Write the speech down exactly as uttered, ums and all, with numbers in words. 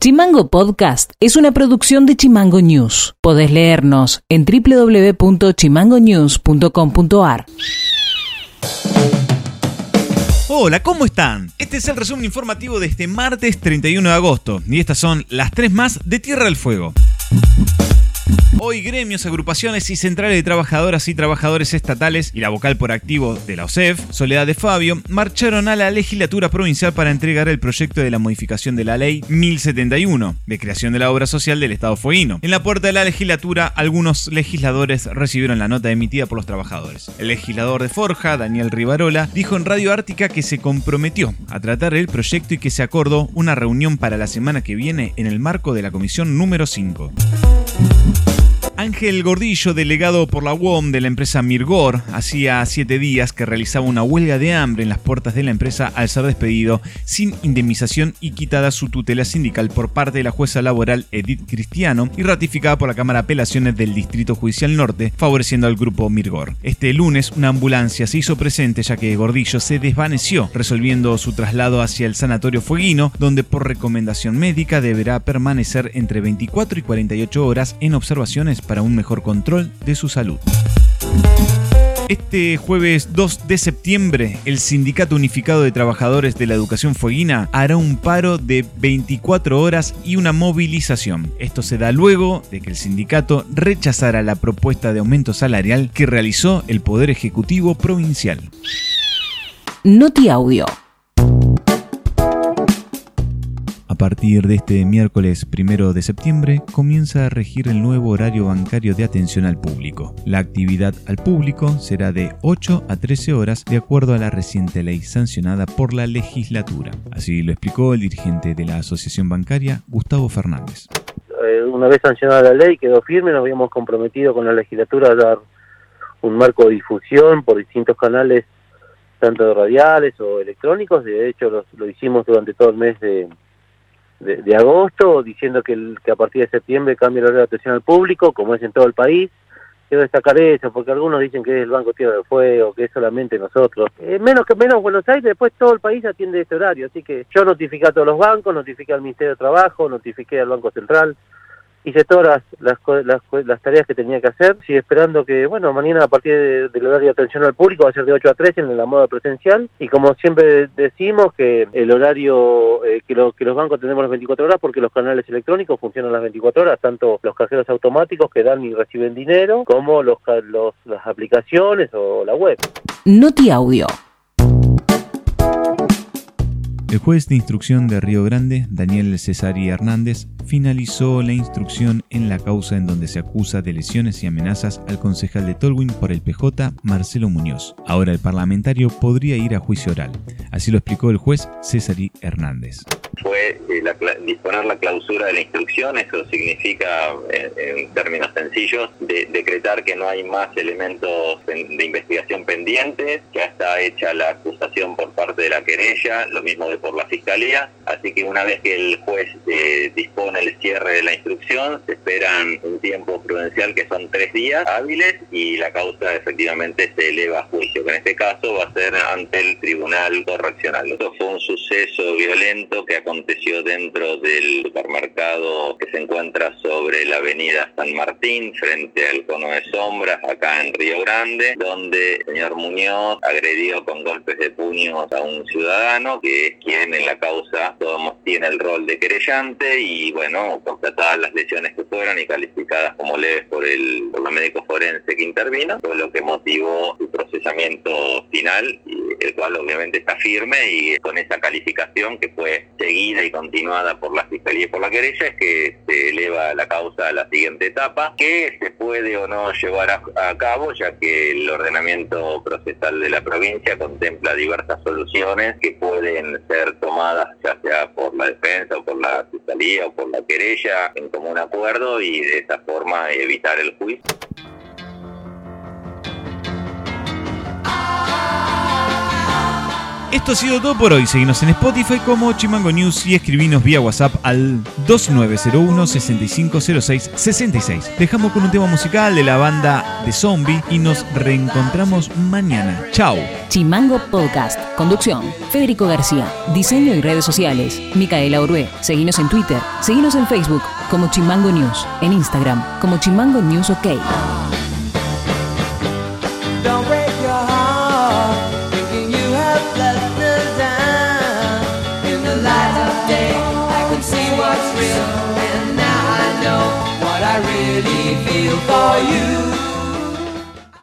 Chimango Podcast es una producción de Chimango News. Podés leernos en doble u doble u doble u punto chimango news punto com punto a r. Hola, ¿cómo están? Este es el resumen informativo de este martes treinta y uno de agosto y estas son las tres más de Tierra del Fuego. Hoy gremios, agrupaciones y centrales de trabajadoras y trabajadores estatales y la vocal por activo de la O S E F, Soledad de Fabio, marcharon a la legislatura provincial para entregar el proyecto de la modificación de la ley mil setenta y uno, de creación de la obra social del Estado fueguino. En la puerta de la legislatura, algunos legisladores recibieron la nota emitida por los trabajadores. El legislador de Forja, Daniel Rivarola, dijo en Radio Ártica que se comprometió a tratar el proyecto y que se acordó una reunión para la semana que viene en el marco de la comisión número cinco. Ángel Gordillo, delegado por la U O M de la empresa Mirgor, hacía siete días que realizaba una huelga de hambre en las puertas de la empresa al ser despedido sin indemnización y quitada su tutela sindical por parte de la jueza laboral Edith Cristiano y ratificada por la Cámara de Apelaciones del Distrito Judicial Norte, favoreciendo al grupo Mirgor. Este lunes, una ambulancia se hizo presente ya que Gordillo se desvaneció, resolviendo su traslado hacia el sanatorio fueguino, donde por recomendación médica deberá permanecer entre veinticuatro y cuarenta y ocho horas en observaciones para un mejor control de su salud. Este jueves dos de septiembre, el Sindicato Unificado de Trabajadores de la Educación Fueguina hará un paro de veinticuatro horas y una movilización. Esto se da luego de que el sindicato rechazara la propuesta de aumento salarial que realizó el Poder Ejecutivo Provincial. Noti Audio. A partir de este miércoles primero de septiembre comienza a regir el nuevo horario bancario de atención al público. La actividad al público será de ocho a trece horas de acuerdo a la reciente ley sancionada por la legislatura. Así lo explicó el dirigente de la Asociación Bancaria, Gustavo Fernández. Eh, una vez sancionada la ley, quedó firme, nos habíamos comprometido con la legislatura a dar un marco de difusión por distintos canales, tanto radiales o electrónicos. De hecho, lo, lo hicimos durante todo el mes de De, de agosto, diciendo que, el, que a partir de septiembre cambia el horario de atención al público, como es en todo el país. Quiero destacar eso, porque algunos dicen que es el Banco Tierra del Fuego, que es solamente nosotros. Eh, menos que menos Buenos Aires, después todo el país atiende este horario. Así que yo notifiqué a todos los bancos, notifiqué al Ministerio de Trabajo, notifiqué al Banco Central, hice todas las, las, las, las tareas que tenía que hacer. Sigo esperando que, bueno, mañana a partir de, del horario de atención al público va a ser de ocho a tres en la moda presencial. Y como siempre decimos, que el horario, eh, que, lo, que los bancos tenemos las veinticuatro horas, porque los canales electrónicos funcionan las veinticuatro horas, tanto los cajeros automáticos que dan y reciben dinero, como los, los las aplicaciones o la web. Noti Audio. El juez de instrucción de Río Grande, Daniel Cesari Hernández, finalizó la instrucción en la causa en donde se acusa de lesiones y amenazas al concejal de Tolwyn por el P J, Marcelo Muñoz. Ahora el parlamentario podría ir a juicio oral. Así lo explicó el juez Cesari Hernández. Fue eh, la, disponer la clausura de la instrucción. Eso significa, en, en términos sencillos, de, decretar que no hay más elementos de, de investigación pendientes, que ya está hecha la acusación por parte de la querella, lo mismo de por la Fiscalía. Así que una vez que el juez eh, dispone el cierre de la instrucción, se esperan un tiempo prudencial que son tres días hábiles y la causa efectivamente se eleva a juicio, que en este caso va a ser ante el Tribunal Correccional. Esto fue un suceso violento que aconteció dentro del supermercado que se encuentra sobre la avenida San Martín, frente al cono de sombras, acá en Río Grande, donde el señor Muñoz agredió con golpes de puños a un ciudadano, que es quien en la causa tiene el rol de querellante, y bueno, constatadas las lesiones que fueron y calificadas como leves por el por la médico forense que intervino, fue lo que motivó su procesamiento final, el cual obviamente está firme, y con esa calificación que fue seguida y continuada por la Fiscalía y por la querella es que se eleva la causa a la siguiente etapa, que se puede o no llevar a, a cabo, ya que el ordenamiento procesal de la provincia contempla diversas soluciones que pueden ser tomadas ya sea por la defensa o por la Fiscalía o por la querella en común acuerdo, y de esa forma evitar el juicio. Esto ha sido todo por hoy. Seguinos en Spotify como Chimango News y escribinos vía WhatsApp al dos nueve cero uno, seis cinco cero seis, seis seis. Dejamos con un tema musical de la banda de Zombie y nos reencontramos mañana. Chao. Chimango Podcast. Conducción, Federico García. Diseño y redes sociales, Micaela Orué. Seguinos en Twitter. Seguinos en Facebook como Chimango News. En Instagram como Chimango News OK. Don't break your heart, thinking you have let me down. In the light of day, I can see what's real, and now I know what I really feel for you.